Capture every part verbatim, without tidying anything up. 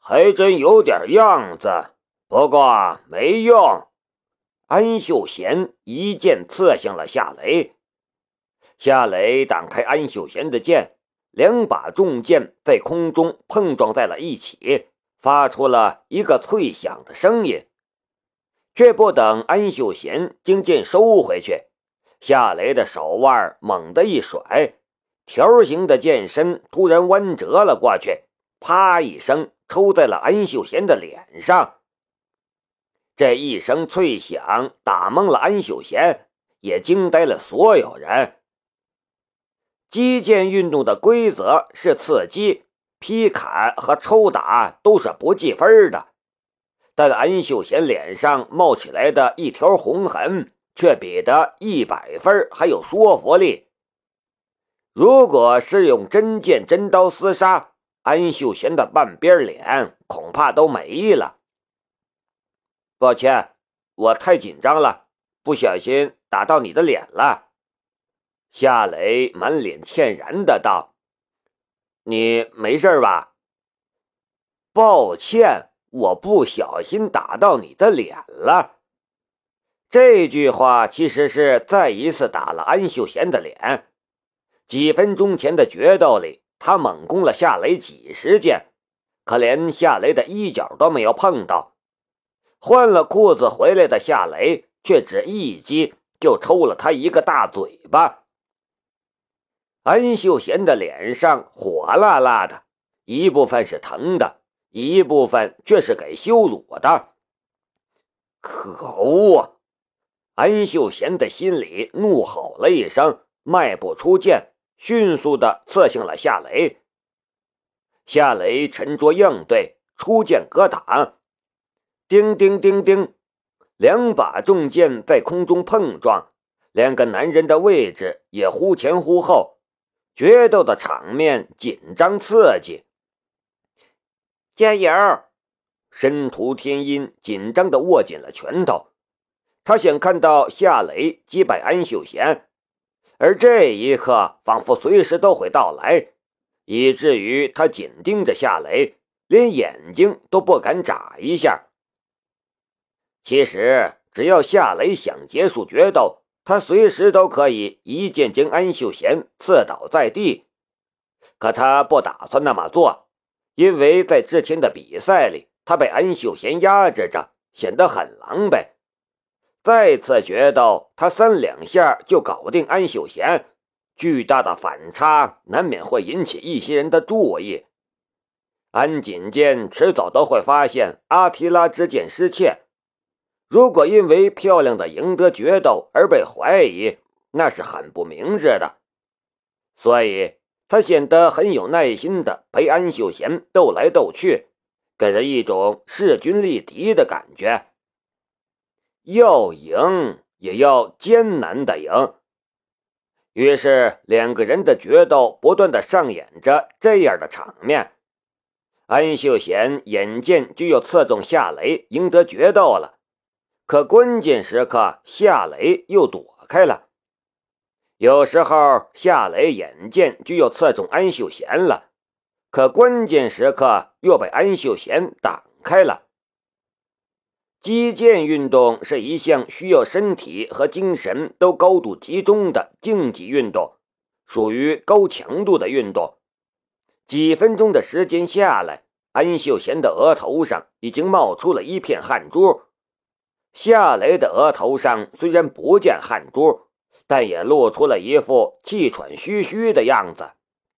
还真有点样子，不过没用。安秀贤一剑刺向了夏雷，夏雷挡开安秀贤的剑，两把重剑在空中碰撞在了一起，发出了一个脆响的声音。却不等安秀贤将剑收回去，夏雷的手腕猛地一甩，条形的剑身突然弯折了过去，啪一声抽在了安秀贤的脸上。这一声脆响打懵了安秀贤，也惊呆了所有人。击剑运动的规则是刺击、劈砍和抽打都是不计分的，但安秀贤脸上冒起来的一条红痕却比得一百分还有说服力。如果是用真剑真刀厮杀，安秀贤的半边脸恐怕都没了。抱歉，我太紧张了，不小心打到你的脸了。夏雷满脸歉然的道：你没事吧？抱歉，我不小心打到你的脸了。这句话其实是再一次打了安秀贤的脸。几分钟前的决斗里，他猛攻了夏雷几十剑，可连夏雷的衣角都没有碰到。换了裤子回来的夏雷却只一击就抽了他一个大嘴巴。安秀贤的脸上火辣辣的，一部分是疼的，一部分却是给羞辱的。可恶！安秀贤的心里怒吼了一声，迈步出剑，迅速地刺向了夏雷。夏雷沉着应对，出剑格挡。叮叮叮叮，两把重剑在空中碰撞，两个男人的位置也忽前忽后，决斗的场面紧张刺激。加油！申屠天音紧张地握紧了拳头，他想看到夏雷击败安秀贤，而这一刻仿佛随时都会到来，以至于他紧盯着夏雷，连眼睛都不敢眨一下。其实只要夏雷想结束决斗，他随时都可以一剑将安秀贤刺倒在地，可他不打算那么做，因为在之前的比赛里他被安秀贤压制着，显得很狼狈。再次决斗，他三两下就搞定安秀贤，巨大的反差难免会引起一些人的注意。安锦剑迟早都会发现阿提拉之剑失窃，如果因为漂亮的赢得决斗而被怀疑，那是很不明智的。所以他显得很有耐心地陪安秀贤斗来斗去，给人一种势均力敌的感觉。要赢也要艰难的赢。于是两个人的决斗不断地上演着这样的场面。安秀贤眼见就要刺中夏雷赢得决斗了，可关键时刻夏雷又躲开了。有时候夏雷眼见就要刺中安秀贤了，可关键时刻又被安秀贤挡开了。击剑运动是一项需要身体和精神都高度集中的竞技运动，属于高强度的运动。几分钟的时间下来，安秀贤的额头上已经冒出了一片汗珠。夏雷的额头上虽然不见汗珠，但也露出了一副气喘吁吁的样子。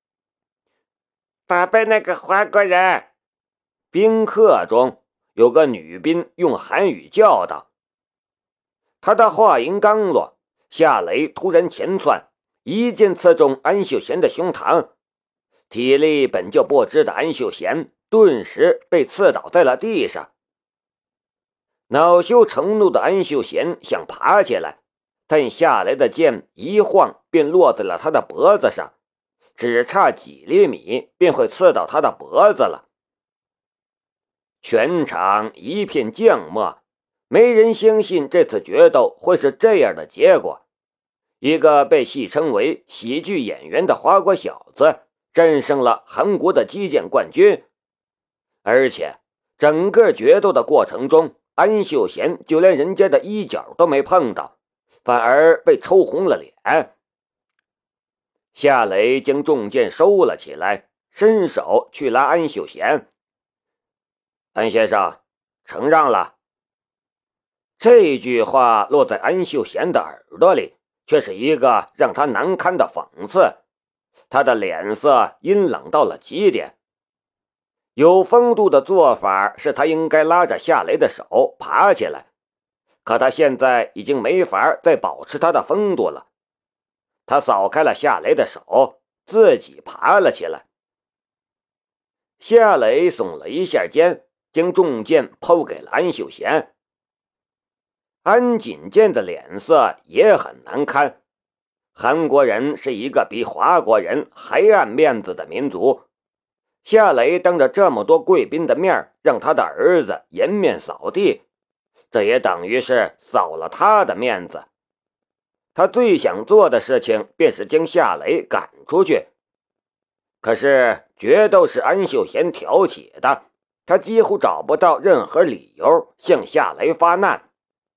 打败那个华国人！宾客中有个女宾用韩语叫道。他的话音刚落，夏雷突然前窜，一剑刺中安秀贤的胸膛。体力本就不支的安秀贤顿时被刺倒在了地上。恼羞成怒的安秀贤想爬起来，但夏雷的剑一晃便落在了他的脖子上，只差几厘米便会刺到他的脖子了。全场一片静默，没人相信这次决斗会是这样的结果。一个被戏称为喜剧演员的华国小子战胜了韩国的击剑冠军。 而且整个决斗的过程中，安秀贤就连人家的衣角都没碰到，反而被抽红了脸。夏雷将重剑收了起来，伸手去拉安秀贤。安先生，承让了。这句话落在安秀贤的耳朵里，却是一个让他难堪的讽刺。他的脸色阴冷到了极点。有风度的做法是他应该拉着夏雷的手爬起来，可他现在已经没法再保持他的风度了。他扫开了夏雷的手，自己爬了起来。夏雷耸了一下肩，将重剑抛给了安秀贤。安锦剑的脸色也很难堪。韩国人是一个比华国人还爱面子的民族，夏雷当着这么多贵宾的面让他的儿子颜面扫地，这也等于是扫了他的面子。他最想做的事情便是将夏雷赶出去，可是决斗是安秀贤挑起的，他几乎找不到任何理由向夏雷发难。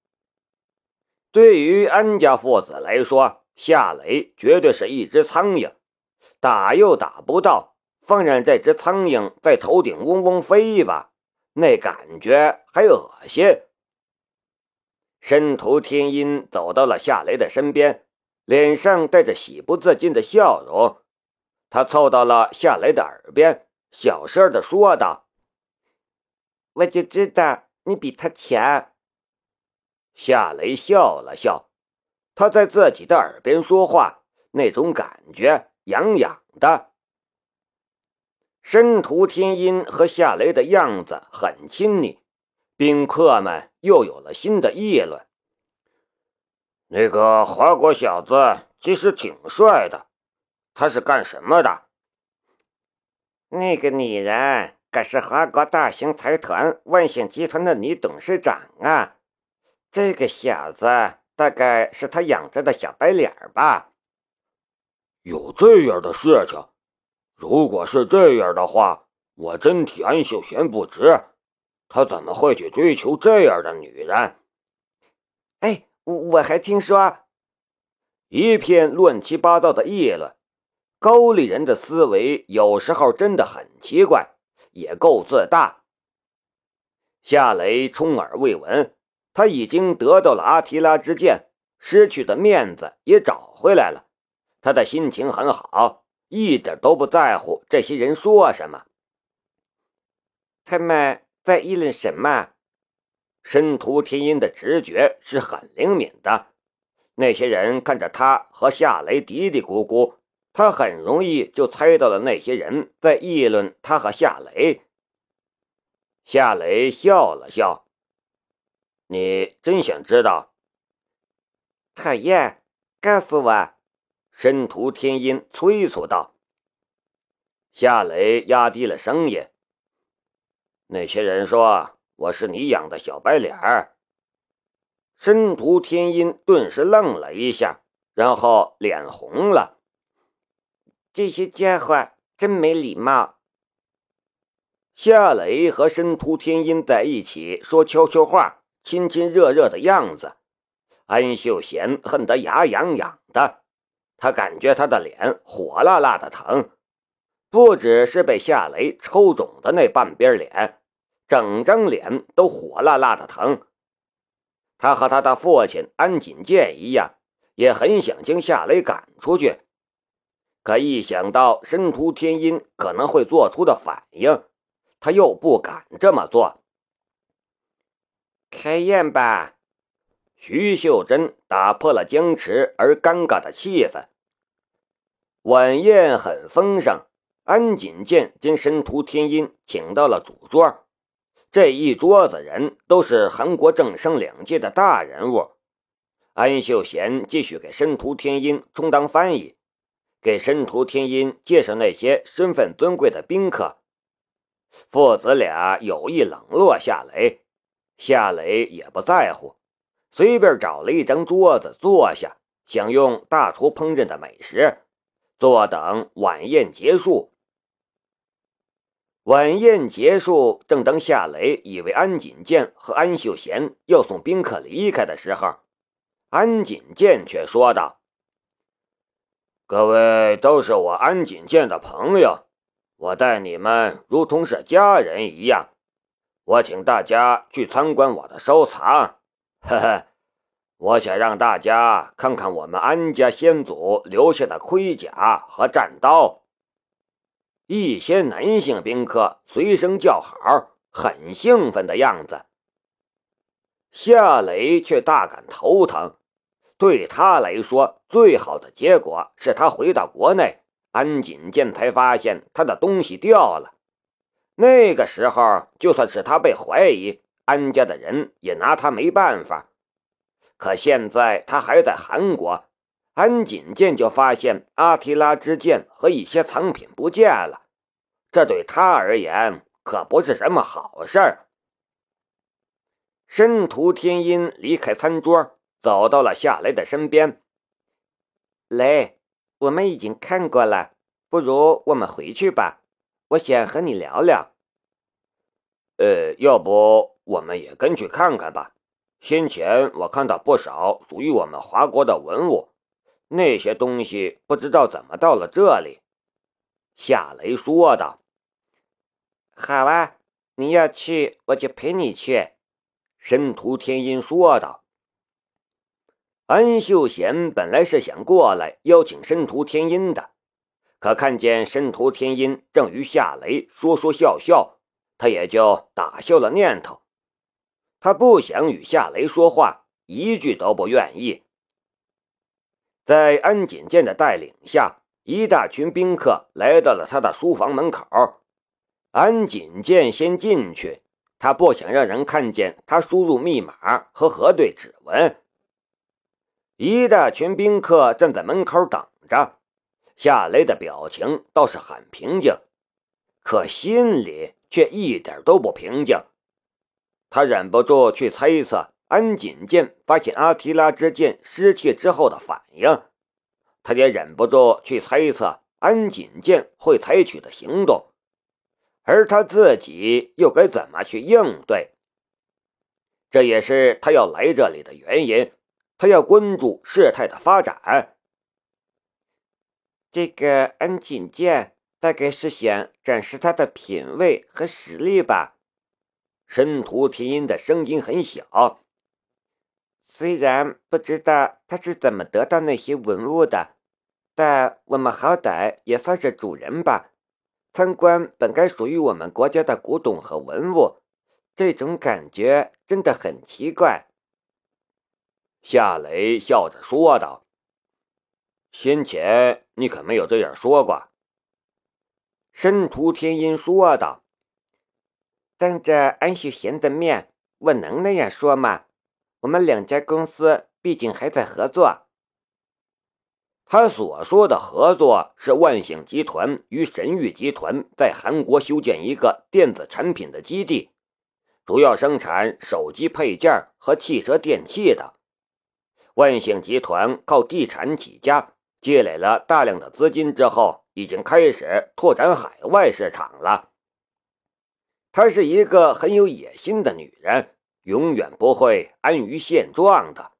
对于安家父子来说，夏雷绝对是一只苍蝇，打又打不到，放任这只苍蝇在头顶嗡嗡飞吧，那感觉还恶心。申屠天音走到了夏雷的身边，脸上带着喜不自禁的笑容。他凑到了夏雷的耳边，小声地说道：“我就知道你比他强。”夏雷笑了笑，他在自己的耳边说话，那种感觉痒痒的。申屠天音和夏雷的样子很亲昵，宾客们又有了新的议论。那个华国小子其实挺帅的，他是干什么的？那个女人可是华国大型财团万兴集团的女董事长啊，这个小子大概是他养着的小白脸吧。有这样的事情？如果是这样的话，我真替安秀贤不值。他怎么会去追求这样的女人？哎，我还听说……一片乱七八糟的议论。高丽人的思维有时候真的很奇怪，也够自大。夏雷充耳未闻，他已经得到了阿提拉之剑，失去的面子也找回来了。他的心情很好，一点都不在乎这些人说什么。他们在议论什么？申屠天音的直觉是很灵敏的，那些人看着他和夏雷嘀嘀咕咕，他很容易就猜到了那些人在议论他和夏雷。夏雷笑了笑：“你真想知道？”讨厌，告诉我！申屠天音催促道。夏雷压低了声音：“那些人说我是你养的小白脸儿。”申屠天音顿时愣了一下，然后脸红了。这些家伙真没礼貌。夏雷和申屠天音在一起说悄悄话，亲亲热热的样子，安秀贤恨得牙痒痒的，他感觉他的脸火辣辣的疼，不只是被夏雷抽肿的那半边脸，整张脸都火辣辣的疼。他和他的父亲安锦剑一样，也很想将夏雷赶出去，可一想到申屠天音可能会做出的反应，他又不敢这么做。开宴吧！徐秀珍打破了僵持而尴尬的气氛。晚宴很丰盛，安锦剑将申屠天音请到了主桌。这一桌子人都是韩国政商两界的大人物。安秀贤继续给申屠天音充当翻译，给申屠天音介绍那些身份尊贵的宾客。父子俩有意冷落夏雷，夏雷也不在乎，随便找了一张桌子坐下，享用大厨烹饪的美食，坐等晚宴结束。 晚宴结束，正当夏雷以为安锦剑和安秀贤要送宾客离开的时候，安锦剑却说道：“各位都是我安锦剑的朋友，我待你们如同是家人一样，我请大家去参观我的收藏。呵呵，我想让大家看看我们安家先祖留下的盔甲和战刀。”一些男性宾客随声叫好，很兴奋的样子。夏雷却大感头疼，对他来说，最好的结果是他回到国内，安锦剑才发现他的东西掉了。那个时候，就算是他被怀疑，安家的人也拿他没办法。可现在他还在韩国，安锦剑就发现阿提拉之剑和一些藏品不见了，这对他而言可不是什么好事儿。申屠天音离开餐桌，走到了夏雷的身边。雷，我们已经看过了，不如我们回去吧，我想和你聊聊。呃，要不我们也跟去看看吧。先前我看到不少属于我们华国的文物，那些东西不知道怎么到了这里。夏雷说道。好啊，你要去我就陪你去。申屠天音说道。安秀贤本来是想过来邀请申屠天音的，可看见申屠天音正与夏雷说说笑笑，他也就打消了念头。他不想与夏雷说话，一句都不愿意。在安锦剑的带领下，一大群宾客来到了他的书房门口。安锦剑先进去，他不想让人看见他输入密码和核对指纹。一大群宾客站在门口等着，夏雷的表情倒是很平静，可心里却一点都不平静。他忍不住去猜测安锦剑发现阿提拉之剑失窃之后的反应，他也忍不住去猜测安锦剑会采取的行动，而他自己又该怎么去应对。这也是他要来这里的原因，他要关注事态的发展。这个安锦剑大概是想展示他的品味和实力吧。申屠天音的声音很小，虽然不知道他是怎么得到那些文物的，但我们好歹也算是主人吧。参观本该属于我们国家的古董和文物，这种感觉真的很奇怪。夏雷笑着说道。先前你可没有这样说过。申屠天音说道。当着安秀贤的面，我能那样说吗？我们两家公司毕竟还在合作。他所说的合作是万兴集团与神域集团在韩国修建一个电子产品的基地，主要生产手机配件和汽车电器的。万兴集团靠地产起家，积累了大量的资金之后，已经开始拓展海外市场了。她是一个很有野心的女人，永远不会安于现状的。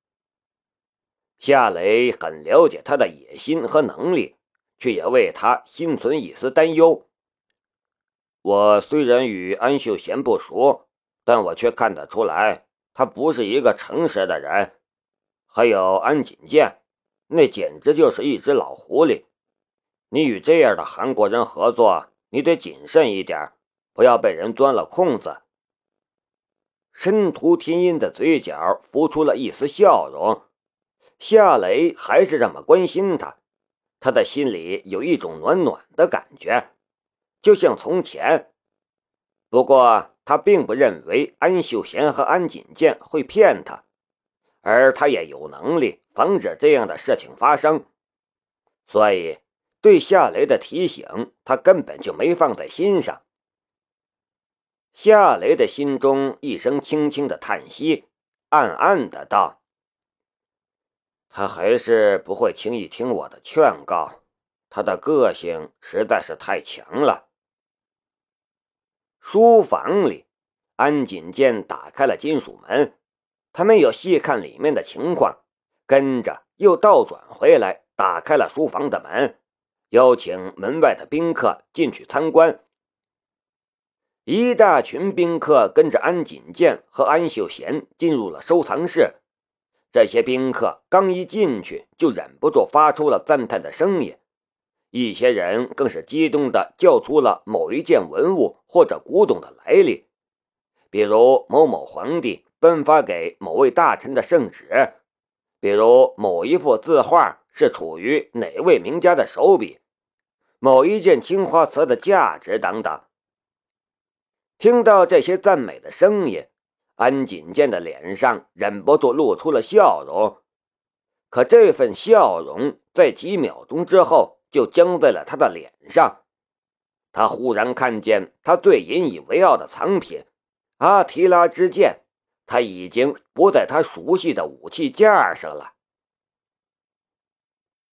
夏雷很了解她的野心和能力，却也为她心存一丝担忧。我虽然与安秀贤不熟，但我却看得出来，他不是一个诚实的人。还有安锦剑，那简直就是一只老狐狸。你与这样的韩国人合作，你得谨慎一点，不要被人钻了空子。申屠天音的嘴角浮出了一丝笑容。夏雷还是这么关心他，他的心里有一种暖暖的感觉，就像从前。不过他并不认为安秀贤和安锦剑会骗他，而他也有能力防止这样的事情发生，所以对夏雷的提醒他根本就没放在心上。夏雷的心中一声轻轻的叹息，暗暗的道：他还是不会轻易听我的劝告，他的个性实在是太强了。 书房里，安锦见打开了金属门，他没有细看里面的情况，跟着又倒转回来，打开了书房的门，邀请门外的宾客进去参观。一大群宾客跟着安锦见和安秀贤进入了收藏室。这些宾客刚一进去，就忍不住发出了赞叹的声音，一些人更是激动地叫出了某一件文物或者古董的来历，比如某某皇帝颁发给某位大臣的圣旨，比如某一幅字画是处于哪位名家的手笔，某一件青花瓷的价值等等。听到这些赞美的声音，安锦见的脸上忍不住露出了笑容，可这份笑容在几秒钟之后就僵在了他的脸上。他忽然看见他最引以为傲的藏品阿提拉之剑，他已经不在他熟悉的武器架上了。